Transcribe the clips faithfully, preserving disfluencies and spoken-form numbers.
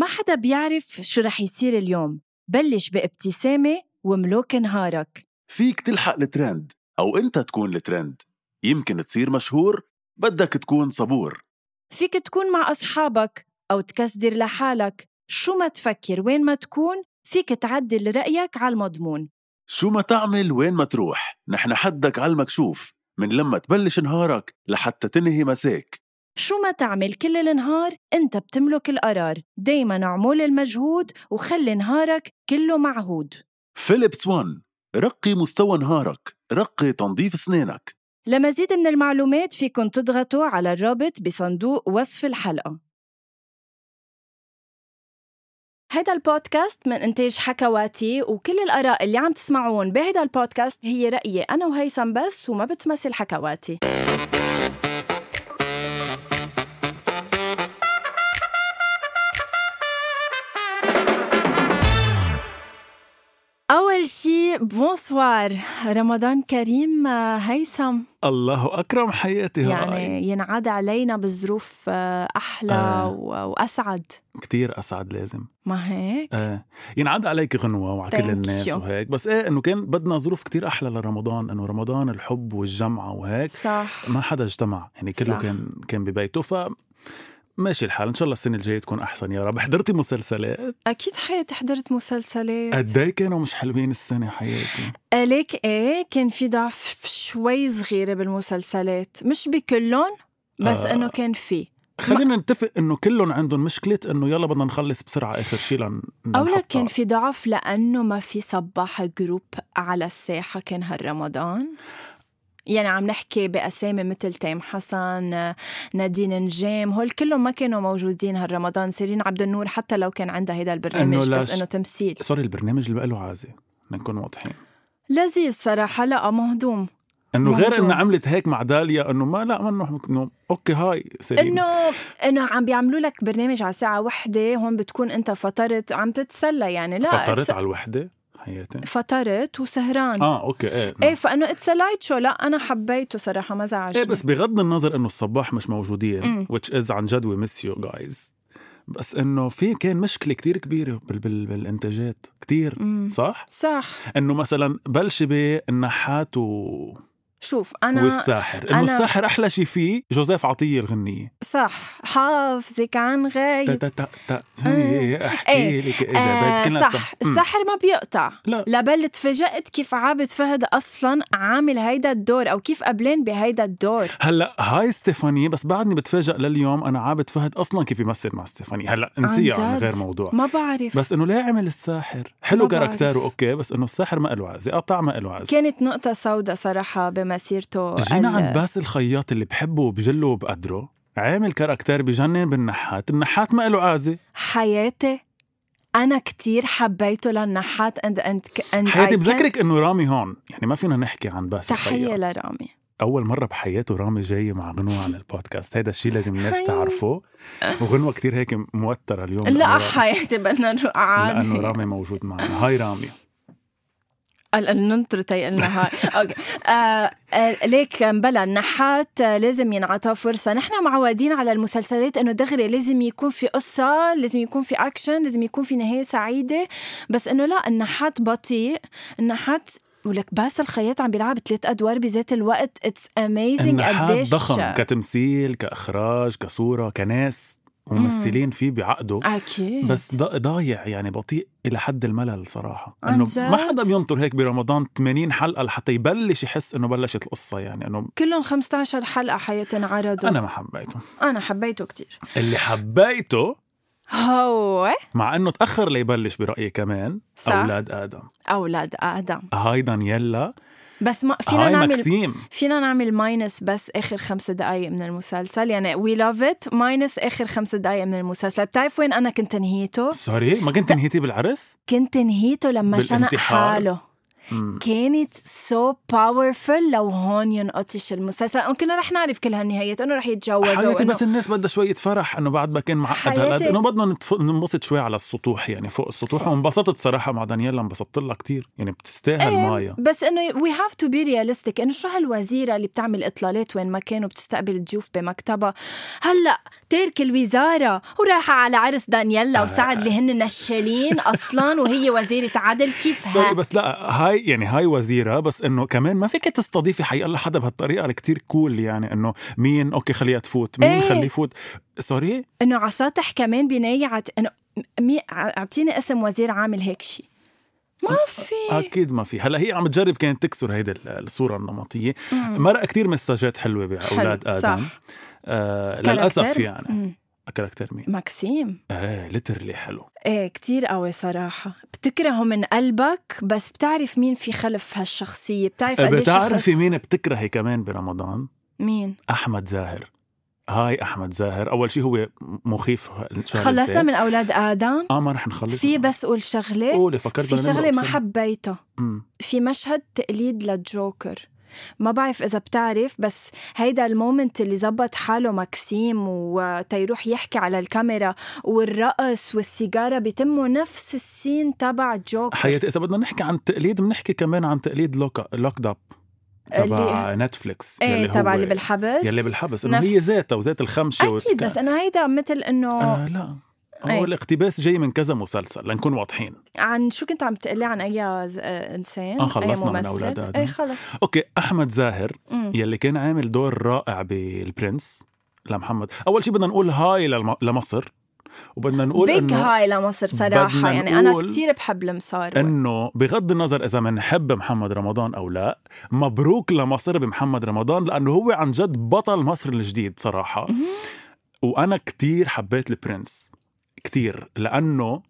ما حدا بيعرف شو رح يصير اليوم. بلش بابتسامة وملوك نهارك. فيك تلحق الترند أو أنت تكون الترند. يمكن تصير مشهور، بدك تكون صبور. فيك تكون مع أصحابك أو تكسدر لحالك. شو ما تفكر وين ما تكون، فيك تعدل رأيك على المضمون. شو ما تعمل وين ما تروح، نحن حدك على المكشوف. من لما تبلش نهارك لحتى تنهي مساك. شو ما تعمل كل النهار، انت بتملك القرار. دايما اعمل المجهود وخلي نهارك كله معهود. فيليبس وان، رقي مستوى نهارك، رقي تنظيف سنينك. لمزيد من المعلومات فيكن تضغطوا على الرابط بصندوق وصف الحلقة. هيدا البودكاست من إنتاج حكواتي، وكل الآراء اللي عم تسمعون بهيدا البودكاست هي رأيي أنا وهيثم بس، وما بتمثل حكواتي. أول شي بونسوار، رمضان كريم هيثم. الله أكرم حياتي. يعني هاي ينعاد علينا بظروف أحلى آه. وأسعد. كتير أسعد لازم، ما هيك؟ آه. ينعاد عليك غنوة وعلى كل الناس you. وهيك. بس إيه إنه كان بدنا ظروف كتير أحلى لرمضان، إنه رمضان الحب والجمعة وهيك. صح. ما حدا اجتمع، يعني كله صح. كان كان ببيته. ف ماشي الحال، إن شاء الله السنة الجاية تكون أحسن يا رب. حضرتي مسلسلات؟ أكيد حياتي حضرت مسلسلات. قدي كانوا مش حلوين السنة حياتي؟ قالك إيه، كان في ضعف شوي صغيرة بالمسلسلات، مش بكلهم بس آه. إنه كان في. خلينا نتفق إنه كلهم عندهم مشكلة إنه يلا بدنا نخلص بسرعة آخر شي لن أو لا كان في ضعف لأنه ما في صباح جروب على الساحة كان هالرمضان. يعني عم نحكي بأسامي مثل تيم حسن، نادين نجام، هول كلهم ما كانوا موجودين هالرمضان. سيرين عبد النور حتى لو كان عندها هيدا البرنامج إنه بس إنه تمثيل. سوري، البرنامج اللي بقاله عازي نكون واضحين لذيذ صراحة. لا مهضوم إنه غير إنه عملت هيك مع داليا إنه ما لا منه إنه أوكي هاي سيرين. إنه إنه عم بيعملوا لك برنامج على ساعة واحدة، هون بتكون أنت فطرت عم تتسلى. يعني لا فطرت على الوحدة حياتي، فطرت وسهران. اه اوكي ايه ايه فانه اتسلايت شو. لا انا حبيته صراحه، ما زعجني. ايه بس بغض النظر انه الصباح مش موجودين م. which is عن جد we miss you guys، بس انه في كان مشكله كتير كبيره بال بال بالانتاجات كتير. م. صح صح انه مثلا بلش بالنحات و شوف أنا والساحر، إنه أنا الساحر أحلى شي فيه جوزيف عطية الغنية. صح. حافظك عن غايب تا تا تا تا أحكي ايه. لك إذا آه بدك. صح. صح. الساحر ما بيقطع. لا لبل تفاجأت كيف عابد فهد أصلا عامل هيدا الدور، أو كيف قبلين بهيدا الدور. هلأ هاي ستيفاني، بس بعدني بتفاجأ لليوم أنا عابد فهد أصلا كيف يمثل مع ستيفاني. هلأ نسيه عن غير موضوع، ما بعرف. بس إنه ليه عمل الساحر حلو كاركتره أوكي، بس إنه الساحر ما قلو عازي، قطع ما قلو عازي. كانت نقطة سوداء صراحة بمسيرته. جينا عند باسل الخياط اللي بحبه وبجله وبقدره، عامل كاركتر بجنن بالنحات. النحات ما له عازي حياتي. أنا كتير حبيته للنحات. أند أند أند حياتي بذكرك إنه رامي هون، يعني ما فينا نحكي عن باسل الخياط. تحية لرامي. أول مرة بحياته رامي جاي مع غنوة على البودكاست. هيدا الشيء لازم الناس تعرفه. وغنوة كتير هيك موترة اليوم. لا حياتي بدنا نروح عادي لأنه رامي موجود معنا. هاي رامي الننطر تيقلنا هاي. أوكي. آه آه ليك بلا النحات لازم ينعطى فرصة. نحن معودين على المسلسلات إنه دغري لازم يكون في قصة، لازم يكون في أكشن، لازم يكون في نهاية سعيدة. بس إنه لا، النحات بطيء. النحات ولك باسل الخياط عم بيلعب ثلاث أدوار بذات الوقت. It's amazing. النحات قديش ضخم كتمثيل، كإخراج، كصورة، كناس ممثلين فيه بعقده. أكيد. بس ضايع يعني بطيء إلى حد الملل صراحة. إنه ما حدا بينطر هيك برمضان ثمانين حلقة لحتى يبلش يحس إنه بلشت القصة. يعني إنه كلهم خمسة عشر حلقة حياتنا عرضوا. أنا ما حبيته. أنا حبيته كتير. اللي حبيته هو مع إنه تأخر ليبلش برأيي كمان صح. أولاد آدم. أولاد آدم هاي دانييلا. بس ما فينا نعمل مكسيم. فينا نعمل ماينس بس آخر خمس دقايق من المسلسل. يعني we love it ماينس آخر خمس دقايق من المسلسل. بتعرف وين أنا كنت نهيته؟ سوري ما كنت نهيتي بالعرس؟ كنت نهيته لما شنق حاله. مم. كانت so powerful. لو هون ينقطش المسلسل كنا رح نعرف كل هالنهايات انه رح يتجوزوا حياتي. بس الناس بدها شوية فرح انه بعد ما كان معقد هالقد انه بدنا ننبسط شوي على السطوح يعني فوق السطوح. وانبسطت صراحة مع دانييلا انبسطت لها كتير يعني بتستاهل ايه مايا. بس انه we have to be realistic انه شو هالوزيرة اللي بتعمل اطلالات وين ما كانوا بتستقبل الضيوف بمكتبها هلا ترك الوزارة وراحة على عرس دانييلا وسعد اللي هن نشالين اصلا وهي وزيرة عدل. كيف ها؟ بس لا هاي يعني هاي وزيرة بس انه كمان ما فيك تستضيفي حي الله حدا بهالطريقة كتير كول يعني انه مين اوكي خليها تفوت مين ايه؟ خليه يفوت سوري انه عساطح كمان بنيعت انه مي... اعطيني اسم وزير عامل هيك شيء. ما في اكيد ما في. هلا هي عم تجرب كانت تكسر هيدا الصورة النمطية. مرق كتير مساجات حلوة بأولاد آدم. آه للأسف يعني مم. كاركتر مين؟ ماكسيم. ايه ليترلي حلو. ايه كتير قوي صراحة. بتكرهه من قلبك بس بتعرف مين في خلف هالشخصية. بتعرف قديش بتعرفي مين بتكرهي كمان برمضان؟ مين؟ أحمد زاهر. هاي أحمد زاهر أول شيء هو مخيف. خلصنا من أولاد آدم. آه ما رح نخلص. في بس قول شغلة. قولي فكرت في شغلة ما حبيتها. في مشهد تقليد للجوكر ما بعرف إذا بتعرف بس هيدا المومنت اللي زبط حاله ماكسيم وتيروح يحكي على الكاميرا والرقص والسيجارة بيتموا نفس السين تبع جوكر. حياتي إذا بدنا نحكي عن تقليد بنحكي كمان عن تقليد لوك لوكد اب تبع نتفليكس يلي هو تبع اللي بالحبس يلي بالحبس انه هي ذاتها وذات الخمشه اكيد وتك... بس انه هيدا مثل انه آه لا هو الاقتباس جاي من كذا مسلسل لنكون واضحين. عن شو كنت عم تقلي عن اي انسان؟ اه خلصنا من اولاد آدم. اي خلص. اوكي احمد زاهر مم. يلي كان عامل دور رائع بالبرنس لمحمد. اول شيء بدنا نقول هاي لمصر وبدنا نقول بيج هاي لمصر صراحة يعني أنا كتير بحب المصار إنه بغض النظر إذا منحب محمد رمضان أو لا مبروك لمصر بمحمد رمضان لأنه هو عن جد بطل مصر الجديد صراحة. وأنا كتير حبيت البرنس كتير لأنه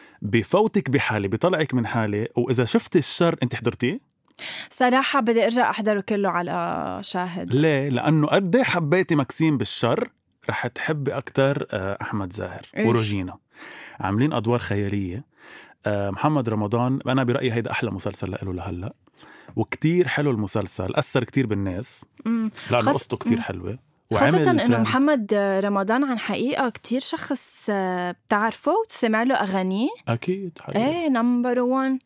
بفوتك بحالي بيطلعك من حالي. وإذا شفت الشر أنت حضرتيه صراحة بدي أرجع أحضره كله على شاهد. ليه؟ لأنه قد حبيتي ماكسيم بالشر رح تحبي أكتر أحمد زاهر إيه؟ وروجينا عاملين أدوار خيالية. محمد رمضان أنا برأيي هيدا أحلى مسلسل له لهلأ وكتير حلو المسلسل أثر كتير بالناس لأنه قصته كتير حلوة. خاصة إنه محمد رمضان عن حقيقة كتير شخص بتعرفه وتسمع له أغانيه. أكيد حلو. إيه نمبر وان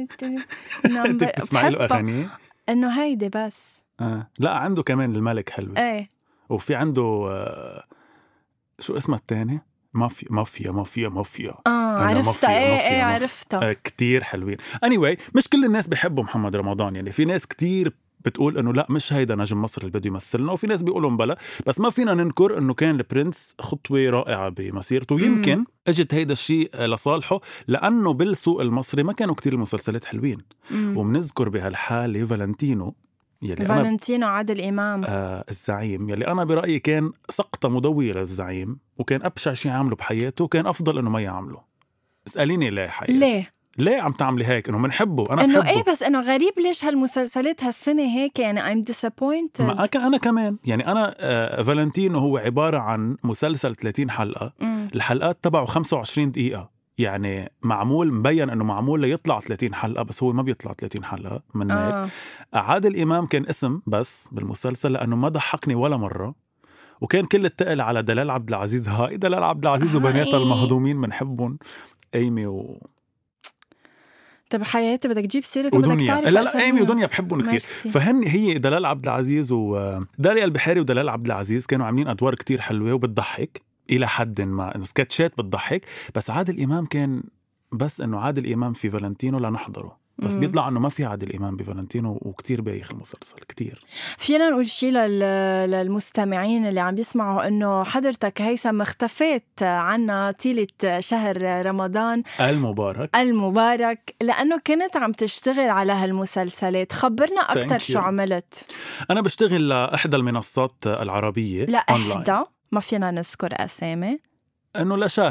نمبر تسمعي له أغانيه إنه هيدي بس آه. لا عنده كمان الملك حلوة. إيه وفي عنده آه شو اسمه التاني مافيا مافيا مافيا مافيا اه عرفتها. ايه ايه عرفتها. آه كتير حلوين. anyway مش كل الناس بيحبوا محمد رمضان يعني في ناس كتير بتقول انه لا مش هيدا نجم مصر اللي بده يمثلنا وفي ناس بيقولوا بلا. بس ما فينا ننكر انه كان البرنس خطوة رائعة بمسيرته ويمكن مم. اجت هيدا الشيء لصالحه لانه بالسوق المصري ما كانوا كتير المسلسلات حلوين. مم. ومنذكر بهالحالة فالنتينو يلي فالنتينو عادل إمام آه الزعيم يلي أنا برأيي كان سقطة مضوية للزعيم وكان أبشع شيء عمله بحياته وكان أفضل إنه ما يعمله. اسأليني ليه حياتي ليه ليه عم تعملي هيك؟ إنه منحبه أنا إنه بحبه. إيه بس إنه غريب ليش هالمسلسلات هالسنة هيك يعني I'm disappointed. ما أكن أنا كمان يعني أنا آه فالنتينو هو عبارة عن مسلسل ثلاثين حلقة. م. الحلقات تبعه خمسة وعشرين دقيقة يعني معمول مبين أنه معمول ليطلع ثلاثين حلقة بس هو ما بيطلع ثلاثين حلقة من آه. عادل إمام كان اسم بس بالمسلسل لأنه ما ضحكني ولا مرة وكان كل التقل على دلال عبد العزيز. هاي دلال عبد العزيز وبناتها المهضومين منحبهم ايمي و طب حياتي بدك تجيب سيرة ودنيا. لا لا ايمي ودنيا بحبهم كثير. فهن هي دلال عبد العزيز وداليا البحيري ودلال عبد العزيز كانوا عاملين ادوار كتير حلوة وبتضحك الى حد ما انه سكتشات بتضحك. بس عادل امام كان بس انه عادل امام في فالنتينو لا نحضره بس مم. بيطلع انه ما في عادل امام بفالنتينو وكتير بايخ المسلسل كتير. فينا نقول شيء للمستمعين اللي عم بيسمعوا انه حضرتك هيثم اختفيت عنا طيلة شهر رمضان المبارك المبارك لانه كنت عم تشتغل على هالمسلسلات. خبرنا اكتر شو عملت. انا بشتغل لاحدى المنصات العربية لا احدى ما فينا نذكر اسامي انه لا شاهد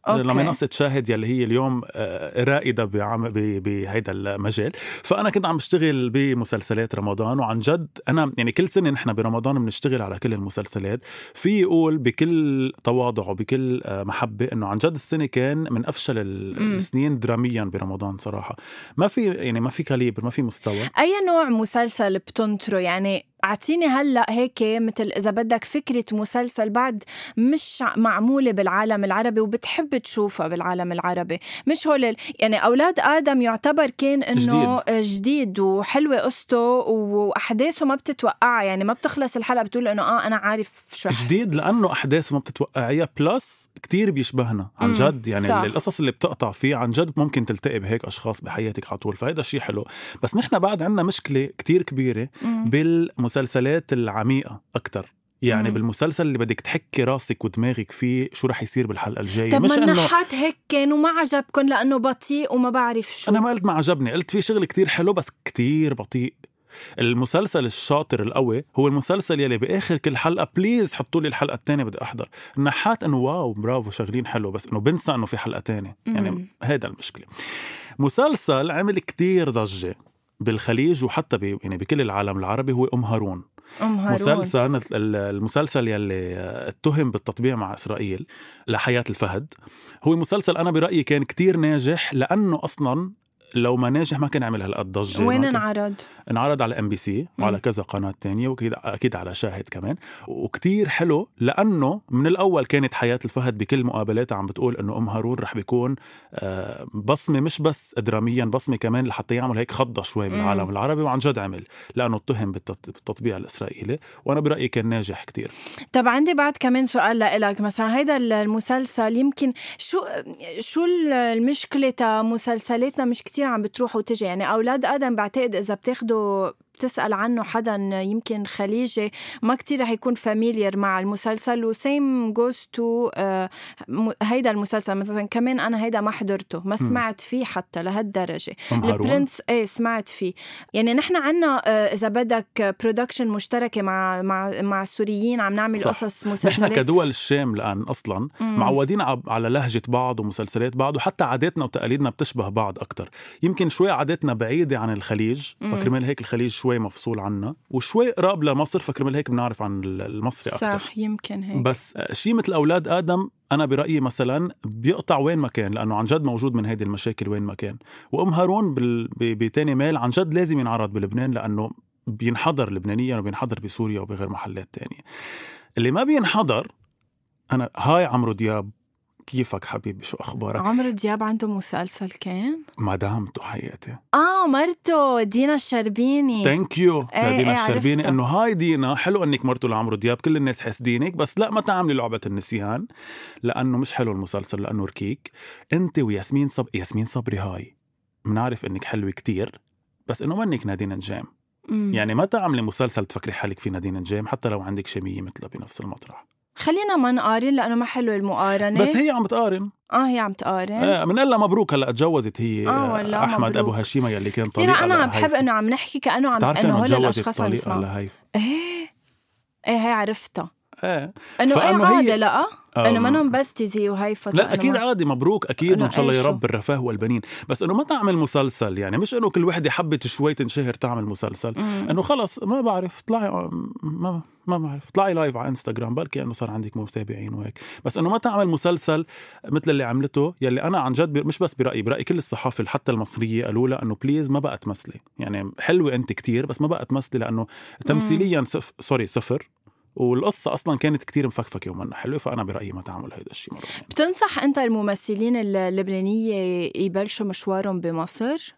لمنصة شاهد يلي هي اليوم رائدة بهيدا المجال. فأنا كنت عم بشتغل بمسلسلات رمضان، وعن جد أنا يعني كل سنة نحن برمضان بنشتغل على كل المسلسلات. في يقول بكل تواضع وبكل محبة إنه عن جد السنة كان من أفشل السنين دراميا برمضان صراحة. ما في يعني ما في كاليبر، ما في مستوى. أي نوع مسلسل بتنطره؟ يعني أعطيني هلأ هيك مثل إذا بدك فكرة مسلسل بعد مش معمولة بالعالم العربي وبتحب تشوفها بالعالم العربي. مش هول يعني أولاد آدم يعتبر كان إنه جديد. جديد وحلوة قصته وأحداثه ما بتتوقع، يعني ما بتخلص الحلقة بتقول إنه آه أنا عارف شو حس. جديد لأنه أحداثه ما بتتوقعية، بلس كتير بيشبهنا عن جد. يعني صح. القصص اللي بتقطع فيه عن جد ممكن تلتقي بهيك أشخاص بحياتك على طول، فهذا شيء حلو. بس نحن بعد عنا مشكلة كتير كبيرة بالمسلسلات العميقة أكتر. يعني مم. بالمسلسل اللي بدك تحكي راسك ودماغك فيه شو رح يصير بالحلقة الجاية. طب مش ما النحات هيك كانوا ما عجبكم لأنه بطيء وما بعرف شو؟ أنا ما قلت ما عجبني، قلت في شغل كتير حلو بس كتير بطيء. المسلسل الشاطر القوي هو المسلسل يلي بآخر كل حلقة بليز حطوا لي الحلقة الثانية بدي أحضر. النحات إنه واو برافو شغلين حلو، بس إنه بنسى إنه في حلقة تانية. يعني هذا المشكلة. مسلسل عمل كتير ضجة بالخليج وحتى بي يعني بكل العالم العربي هو أم هارون. أم هارون. مسلسل المسلسل يلي اتهم بالتطبيع مع إسرائيل لحياة الفهد. هو مسلسل أنا برأيي كان كتير ناجح، لأنه أصلاً لو ما ناجح ما كان عمل هالقد ضجة. وين انعرض؟ انعرض على ام بي سي وعلى كذا قناة تانية، وأكيد أكيد على شاهد كمان. وكتير حلو لأنه من الأول كانت حياة الفهد بكل مقابلاتها عم بتقول إنه أم هارون رح بيكون بصمة مش بس دراميا، بصمة كمان لحتى يعمل هيك خضة شوي بالعالم العربي. وعن جد عمل لأنه اتهم بالتطبيع الإسرائيلي، وأنا برأيي كان ناجح كتير. طب عندي بعد كمان سؤال لإلك. مثلا هيدا المسلسل يمكن شو شو المشكلة تا مسلسلاتنا مش كتير عم بتروح وتجي؟ يعني أولاد آدم بعتقد إذا بتاخدوا بتسأل عنه حدا يمكن خليجي ما كتير رح يكون فاميليار مع المسلسل. وسيم جوز تو هيدا المسلسل مثلا كمان أنا هيدا ما حضرته، ما سمعت فيه حتى لهالدرجة. البرنس ايه سمعت فيه. يعني نحن عنا إذا بدك برودكشن مشتركة مع مع مع السوريين عم نعمل صح. قصص مسلسلات. نحن كدول الشام الآن أصلا مم. معودين على لهجة بعض ومسلسلات بعض، وحتى عاداتنا وتقاليدنا بتشبه بعض أكتر. يمكن شوي عاداتنا بعيدة عن الخليج، فكرمال هيك الخليج شوي مفصول عنا، وشوي قراب لمصر فكرمال هيك بنعرف عن المصري أكتر. صح يمكن هيك. بس شيء مثل أولاد آدم أنا برأيي مثلا بيقطع وين ما كان، لأنه عن جد موجود من هذه المشاكل وين ما كان. وأم هارون بتاني ميل عن جد لازم ينعرض بلبنان، لأنه بينحضر لبنانيا وبينحضر بسوريا وبغير محلات تانية. اللي ما بينحضر أنا هاي عمرو دياب. كيفك حبيبي؟ شو أخبارك؟ عمرو دياب عنده مسلسل كان مدامته حياتي آه مرته دينا الشربيني. ثانك يو دينا الشربيني. إنه هاي دينا حلو إنك مرته لعمرو دياب، كل الناس حاسدينك، بس لا ما تعملي لعبة النسيان لأنه مش حلو المسلسل، لأنه ركيك. أنت وياسمين صب ياسمين صبري هاي منعرف إنك حلوة كتير، بس إنه منك نادين نجام. مم. يعني ما تعملي مسلسل تفكري حالك في نادين نجام حتى لو عندك شمية مثلها بنفس المطرح. خلينا ما نقارن لأنه ما حلو المقارنة. بس هي عم بتقارن. آه هي عم تقارن. آه من قال مبروك هلا اتجوزت هي آه أحمد مبروك. أبو هشيمة يلي كان طليق. أنا عم بحب إنه عم نحكي كأنه عم إنه هول الأشخاص عم يسمعوا. إيه إيه هي عرفتها. إيه إنه إيه عادي لا إنه ما نم بس تزي وهيفة. لا أكيد ما... عادي مبروك أكيد وإن شاء الله يا رب الرفاه والبنين. بس إنه ما تعمل مسلسل، يعني مش إنه كل وحدة حبت شوي تنشهر تعمل مسلسل. مم. إنه خلص ما بعرف طلعي ما ما بعرف طلعي لايف على انستغرام بلكي إنه صار عندك متابعين وهيك. بس إنه ما تعمل مسلسل مثل اللي عملته يلي أنا عن جد مش بس برأيي برأي كل الصحافة حتى المصرية قالوا له إنه بليز ما بقى تمثلي، يعني حلوة أنت كتير بس ما بقى تمثلي لأنه تمثيليا صف... سوري صفر، والقصة أصلاً كانت كتير مفكفكة ومنها حلوة. فأنا برأيي ما تعمل هيدا الشيء مرة يعني. بتنصح أنت الممثلين اللبنانية يبلشوا مشوارهم بمصر؟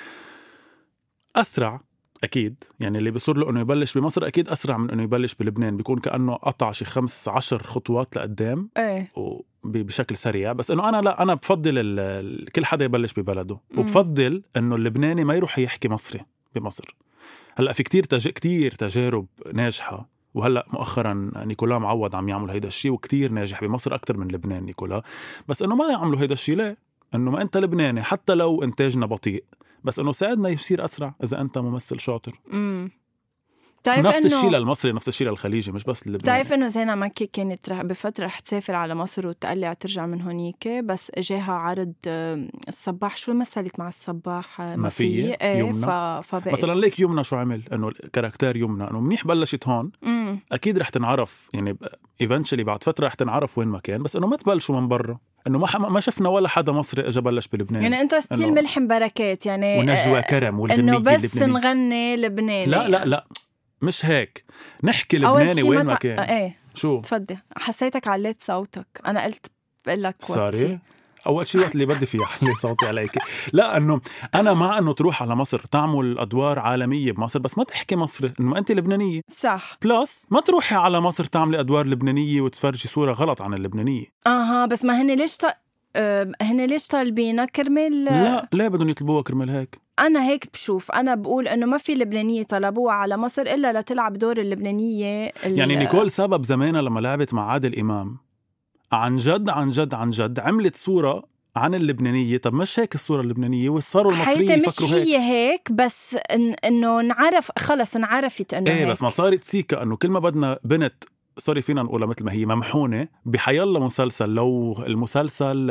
أسرع أكيد، يعني اللي بيصير له إنه يبلش بمصر أكيد أسرع من إنه يبلش بلبنان، بيكون كأنه قطع شي خمس عشر خطوات لقدام إيه وبشكل سريع. بس إنه أنا لا أنا بفضل كل حدا يبلش ببلده. م. وبفضل إنه اللبناني ما يروح يحكي مصري بمصر. هلأ في كتير تج... كتير تجارب ناجحة، وهلأ مؤخرا نيكولا معوض عم يعمل هيدا الشيء وكتير ناجح بمصر أكتر من لبنان نيكولا. بس إنه ما يعملوا هيدا الشيء ليه؟ إنه ما أنت لبناني حتى لو إنتاجنا بطيء، بس إنه ساعدنا يصير أسرع إذا أنت ممثل شاطر. امم نفس الشيء للمصري نفس الشيء للخليجي مش بس اللبناني. بتعرف انه زينة مكي كانت رح بفترة رح تسافر على مصر وتقلع ترجع من هونيك، بس اجاها عرض الصباح. شو مثلت مع الصباح؟ ما في يمنى. ف... مثلا ليك يمنى شو عمل انه الكاركتير يمنى انه منيح بلشت هون مم. اكيد رح تنعرف يعني ايفنتشلي بعد فترة رح تنعرف وين ما كان، بس انه ما تبلشوا من برا، انه ما ما شفنا ولا حدا مصري اجى بلش بلبنان. يعني انت ستيل ملحم بركات يعني ونجوى كرم والغنية انه بس اللبناني. نغني لبناني. لا لا لا مش هيك، نحكي لبناني وين ما كان. ايه شو تفضل. حسيتك عليت صوتك، انا قلت بقول لك سوري اول شيء وقت اللي بدي فيه علي صوتي عليك. لا انه انا مع انه تروح على مصر تعمل ادوار عالميه بمصر، بس ما تحكي مصري، انه انت لبنانيه صح. بلس ما تروحي على مصر تعملي ادوار لبنانيه وتفرجي صوره غلط عن اللبنانيه. اها بس ما هن ليش ط... أه هن ليش طالبينها كرمال؟ لا ليه بدهم يطلبوها كرمال هيك؟ أنا هيك بشوف، أنا بقول إنه ما في لبنانية طلبوها على مصر إلا لتلعب دور اللبنانية. يعني نيكول سبب زمانها لما لعبت مع عادل إمام عن جد عن جد عن جد عملت صورة عن اللبنانية. طب مش هيك الصورة اللبنانية والصاروا المصريين يفكروا هيك. مش هي هيك بس إن إنه نعرف خلص نعرفت إنه إيه هيك. بس ما صارت سيكا إنه كل ما بدنا بنت سوري فينا نقولها مثل ما هي ممحونة بحيالله مسلسل. لو المسلسل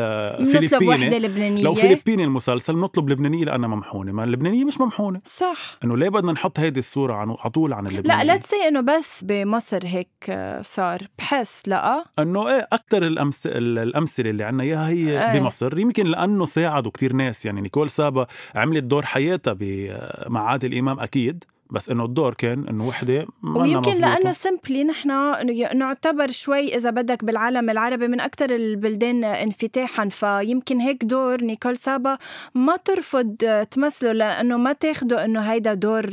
فيلبيني لو فيلبيني المسلسل نطلب لبنانية لأنها ممحونة، ما اللبنانية مش ممحونة. صح. إنه ليه بدنا نحط هيدي الصورة عن عطول عن اللبنانية؟ لا لا تسي إنه بس بمصر هيك صار بحس لا إنه إيه أكتر الأمس الأمثلة اللي عنا إياها هي أي. بمصر يمكن لأنه ساعدوا كتير ناس. يعني نيكول سابا عملت دور حياتها مع عادل إمام أكيد، بس إنه الدور كان إنه وحدة ويمكن لأنه سمبلي نحن نعتبر شوي إذا بدك بالعالم العربي من أكتر البلدان انفتاحا، فيمكن هيك دور نيكول سابا ما ترفض تمثله لأنه ما تاخده إنه هيدا دور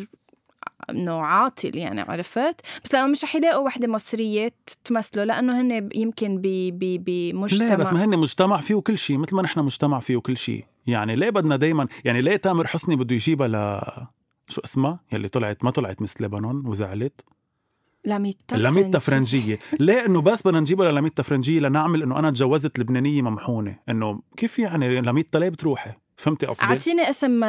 إنه عاطل يعني عرفت. بس لأنه مش رح يلاقوا وحدة مصرية تمثله لأنه هن يمكن بمجتمع. لا بس ما هن مجتمع فيه كل شيء مثل ما نحن مجتمع فيه كل شيء. يعني ليه بدنا دايما يعني ليه تامر حسني بده يجيبها ل شو اسمها يلي طلعت ما طلعت مثل لبنان وزعلت لاميتا لاميتا فرنجية؟ ليه انه بس بدنا نجيبها لاميتا فرنجية لنعمل انه انا تجوزت لبنانية ممحونة؟ انه كيف يعني لاميتا ليه بتروحي؟ فهمتي قصدي؟ اعطيني اسم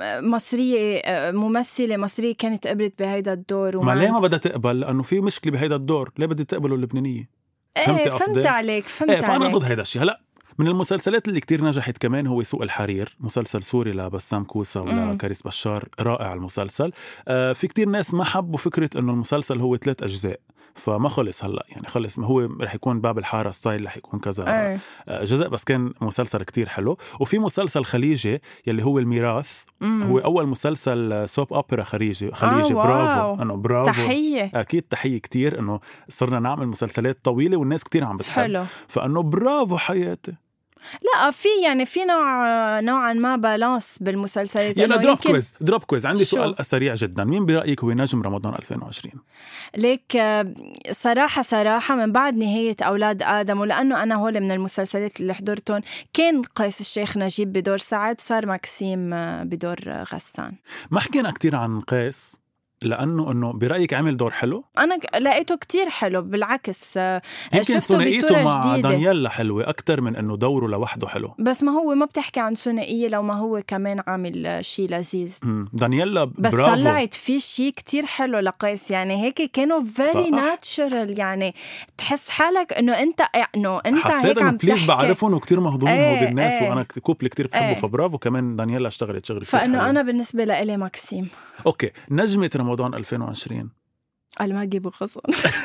مصرية ممثلة مصرية كانت قبلت بهيدا الدور. ما ليه ما بدها تقبل؟ لانه في مشكلة بهيدا الدور، ليه بدها تقبلوا اللبنانية؟ فهمتي ايه قصدي؟ فهمت عليك فهمت ايه فانا عليك. ضد هيدا الشيء. هلا من المسلسلات اللي كتير نجحت كمان هو سوق الحرير، مسلسل سوري لبسام كوسة ولا كاريس بشار، رائع المسلسل. آه في كتير ناس ما حبوا فكرة انه المسلسل هو ثلاث اجزاء فما خلص. هلا يعني خلص هو رح يكون باب الحارة ستايل، رح يكون كذا آه جزء، بس كان مسلسل كتير حلو. وفي مسلسل خليجي يلي هو الميراث، مم. هو اول مسلسل سوب اوبرا خليجي خليجي. آه برافو انه برافو تحية اكيد تحية كتير انه صرنا نعمل مسلسلات طويلة والناس كتير عم بتحب حلو. فانه برافو حياتي. لا في يعني في نوع نوعا ما بالانس بالمسلسلات. يعني دروب كويز دروب كويز عندي شو؟ سؤال سريع جدا، مين برأيك هو نجم رمضان ألفين وعشرين؟ ليك صراحة صراحة من بعد نهاية أولاد آدم، ولأنه أنا هول من المسلسلات اللي حضرتهم كان قيس الشيخ نجيب بدور سعد، صار ماكسيم بدور غسان. ما حكينا كتير عن قيس لأنه إنه برأيك عمل دور حلو؟ أنا لقيته كتير حلو بالعكس. يمكن ثنائيته مع جديدة. دانييلا حلوة أكتر من إنه دوره لوحده حلو. بس ما هو ما بتحكي عن ثنائية لو ما هو كمان عامل شيء لذيذ. دانييلا بس برافو. طلعت في شيء كتير حلو لقيس، يعني هيك كانوا very natural. يعني تحس حالك إنه أنت إنه أنت هيك عم تحكي. بعرفهم وكتير مهضومين هودي ايه الناس ايه وأنا كوبل كتير بحبه ايه فبرافو. كمان دانييلا اشتغلت شغل كتير فإنه حلو. أنا بالنسبة لإلي ماكسيم. أوكي نجمة رمضان ألفين وعشرين الماجي بخصن.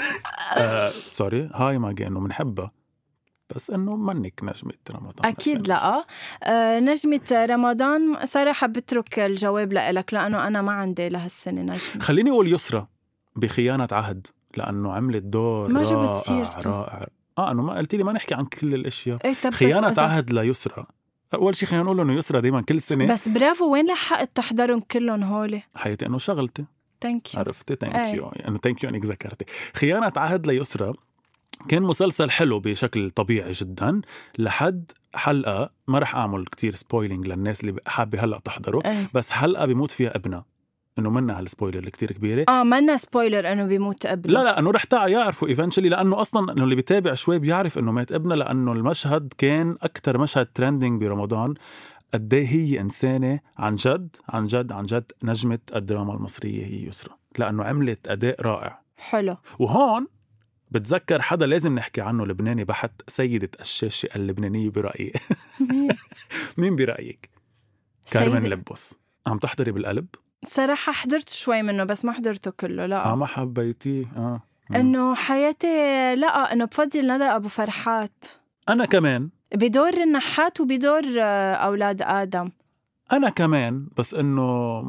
آه، سوري هاي ماجي إنه منحبها بس إنه منك نجمة رمضان. أكيد لا. آه نجمة رمضان صراحة بترك الجواب لإلك لأنه أنا ما عندي لهالسنة نجمة. خليني أقول يسرى بخيانة عهد لأنه عملت دور ما رائع رائع. آه أنه ما قلت لي ما نحكي عن كل الأشياء. ايه خيانة عهد ليسرى. أول شيء خلينا نقول إنه يسرى دايما كل سنة. بس برافو وين لحقت تحضرهم كلهم هولي؟ حياتي إنه شغلتي. Thank you. عرفتي thank you يعني thank you إنك ذكرتي. خيانة عهد ليسرى كان مسلسل حلو بشكل طبيعي جدا لحد حلقة ما رح أعمل كتير سبويلينج للناس اللي حابة هلأ تحضره أي. بس حلقة بيموت فيها ابنه. إنه منا هالسبويلر اللي كتير كبيرة. آه منا سبويلر إنه بيموت ابنه. لا لا إنه رح تعا يعرفوا إيفنشلي لأنه أصلاً إنه اللي بيتابع شوي بيعرف إنه مات ابنه لأنه المشهد كان أكتر مشهد ترندينج برمضان. قد ايه هي إنسانة عن جد عن جد عن جد نجمة الدراما المصرية هي يسرى. لأنه عملت أداء رائع. حلو. وهون بتذكر حدا لازم نحكي عنه لبناني بحت، سيدة الشاشة اللبنانية برأيي. مين برأيك؟ كارمن لبوس. عم تحضري بالقلب؟ صراحة حضرت شوي منه بس ما حضرته كله. لا آه ما حبيتي؟ آه إنه حياتي لا، إنه بفضل ندى أبو فرحات. أنا كمان بدور النحات وبدور أولاد آدم. أنا كمان، بس إنه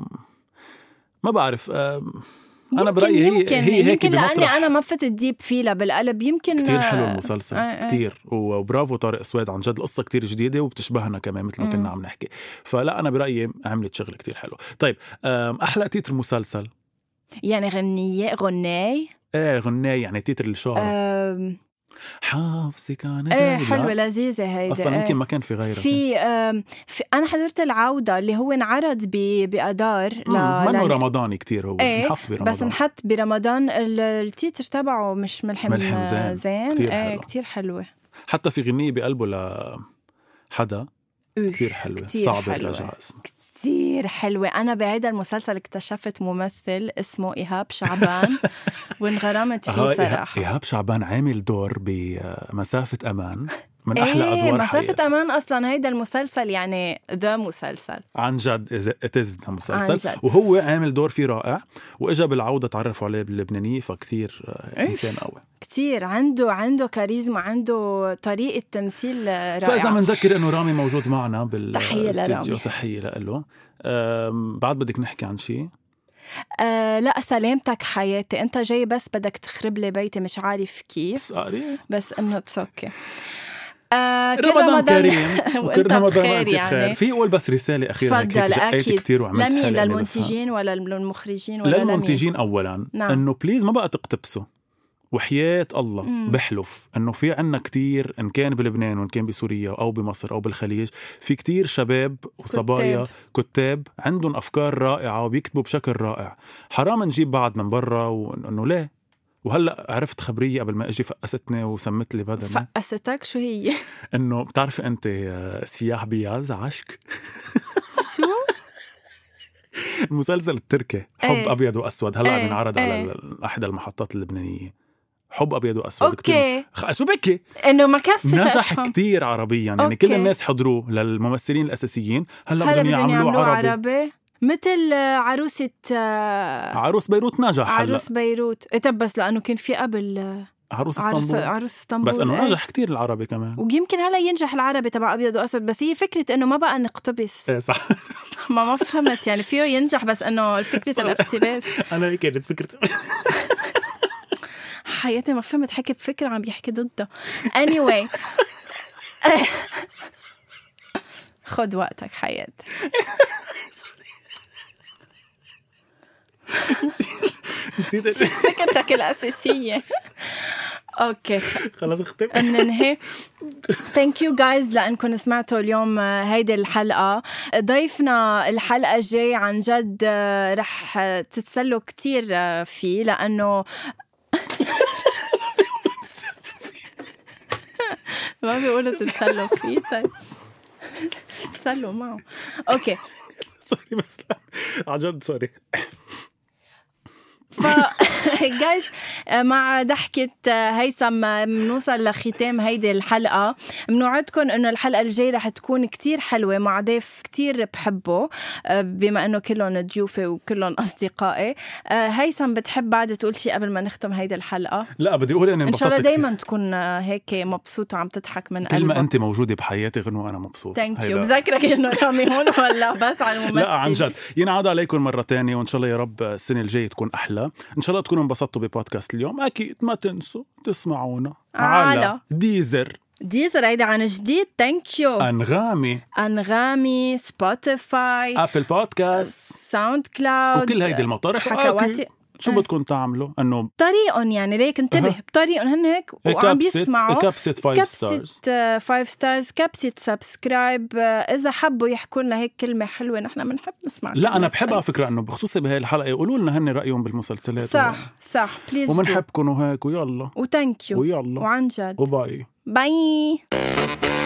ما بعرف. أنا برأيي هي يمكن هي هيك يمكن بمطرح. لأني أنا ما فتت ديب فيها بالقلب. يمكن كتير حلو المسلسل. آه كتير. وبرافو طارق سواد، عن جد القصة كتير جديدة وبتشبهنا كمان مثل ما كنا عم نحكي. فلا أنا برأيي عملت شغل كتير حلو. طيب أحلى تيتر مسلسل يعني غنية غناي ايه غناي يعني تيتر الشهرة. أم... حافظك عن ايه حلوة لذيذة هيدا. اصلا يمكن ما كان في غيرها. في, في انا حضرت العودة اللي هو انعرض ب... بأدار ل... منه رمضاني كتير هو. ايه نحط برمضان بس نحط برمضان. التيتر تبعه مش ملحم, ملحم زين, زين. كتير ايه حلو. كتير حلوة. حتى في غنية بقلبه لحدا كتير حلوة. صعب الرجع اسمه كتير حلوة. أنا بعيد المسلسل اكتشفت ممثل اسمه إيهاب شعبان وانغرمت فيه صراحة. إيهاب شعبان عامل دور بمسافة أمان من أحلى إيه أدوار مسافة حياته. أمان أصلا هيدا المسلسل يعني ذا مسلسل عن جد اتزنا مسلسل عن جد. وهو عامل دور فيه رائع. وإجا بالعودة تعرفوا عليه باللبنانية فكتير إنسان قوي. كتير عنده عنده كاريزما، عنده طريقة تمثيل رائعة. فإذا منذكر إنه رامي موجود معنا تحية بالاستوديو، تحية لأله. بعد بدك نحكي عن شيء؟ أه لا سلامتك حياتي. أنت جاي بس بدك تخرب لي بيتي مش عارف كيف. ساري. بس إنه تسوكي. آه رمضان, رمضان كريم وكل رمضان وانت بخير. يعني. في أول بس رسالة أخيرة هيك جقيت كتير وعملت لمين؟ للمنتجين ولا للمخرجين ولا للمنتجين لمين؟ أولا. نعم. إنه بليز ما بقى تقتبسوا، وحياة الله مم. بحلف إنه في عنا كتير، إن كان بلبنان وإن كان بسوريا أو بمصر أو بالخليج، في كتير شباب وصبايا كتاب, كتاب عندهم أفكار رائعة وبيكتبوا بشكل رائع. حرام نجيب بعض من برا وإنه ليه. وهلأ عرفت خبرية قبل ما أجي فقستني وسمت لي بدل. فقستك شو هي؟ إنه بتعرف أنت سياح بياز عشق. شو؟ المسلسل التركي حب ايه. أبيض وأسود هلأ ايه. بنعرض ايه. على أحد المحطات اللبنانية. حب أبيض وأسود. أوكي. خ... شو بكي؟ إنه ما كفت نجح أفهم. كتير عربيا يعني. أوكي. كل الناس حضروه للممثلين الأساسيين. هلأ بدهم يعملوه عربي. عربي مثل عروسة عروس بيروت نجح. عروس بيروت. إيه طب بس لأنه كان في قبل عروس اسطنبول. عروس اسطنبول بس انه ايه. نجح كتير العربي كمان. ويمكن هلا ينجح العربي تبع ابيض واسود. بس هي فكره انه ما بقى نقتبس. ايه صح. ما ما فهمت يعني فيه ينجح بس انه فكره الاقتباس. انا هيك كانت فكرتي. حياتي ما فهمت حكي بفكره عم بيحكي ضده. anyway خد وقتك حياتي. نسيت فكرتك الأساسية. أوكي خلاص اختم. ننهي. Thank you guys لأنكم سمعتوا اليوم هيدي الحلقة. ضيفنا الحلقة الجاي عن جد رح تتسلوا كتير فيه لأنه ما بيقولوا تتسلوا فيه. طيب تتسلوا معه. أوكي سوري بس لا عن جد سوري. ف جايز مع ضحكة هيثم بنوصل لختام هيدي الحلقة. بنوعدكم انه الحلقة الجاية رح تكون كتير حلوة مع ضيف كتير بحبه بما انه كلهم ضيوفي وكلهم اصدقائي. هيثم بتحب بعد تقول شيء قبل ما نختم هيدي الحلقة؟ لا بدي اقول اني ان شاء الله دايما تكون هيك مبسوط وعم تضحك من قلبك. كل ما انت موجودة بحياتي غنوة انا مبسوط. ثانك يو. بذكرك انه رامي هون ولا بس على الممثل؟ لا عن جد ينعاد عليكم مرة تانية وان شاء الله يا رب السنة الجاية تكون احلى. إن شاء الله تكونوا انبسطتوا ببودكاست اليوم. أكيد ما تنسوا تسمعونا على, على ديزر. ديزر هيدا عن جديد. ثانك يو. أنغامي أنغامي سبوتيفاي أبل بودكاست ساوند كلاود وكل هيدي المطارح. حكواتي. شو أه. بدكم تعملوا؟ أنه طريقهم يعني ليك انتبه أه. بطريقهم هن هيك وعم بيسمعوا كبسة فايف ستارز كبسة فايف ستارز كبسة سبسكرايب. إذا حبوا يحكوا لنا هيك كلمة حلوة نحن بنحب نسمع. لا أنا بحب على فكرة أنه بخصوص بهاي الحلقة يقولوا لنا هن رأيهم بالمسلسلات. صح و... صح بليز ومنحبكم وهيك ويلا وثانك يو ويلا وعن جد وباي باي.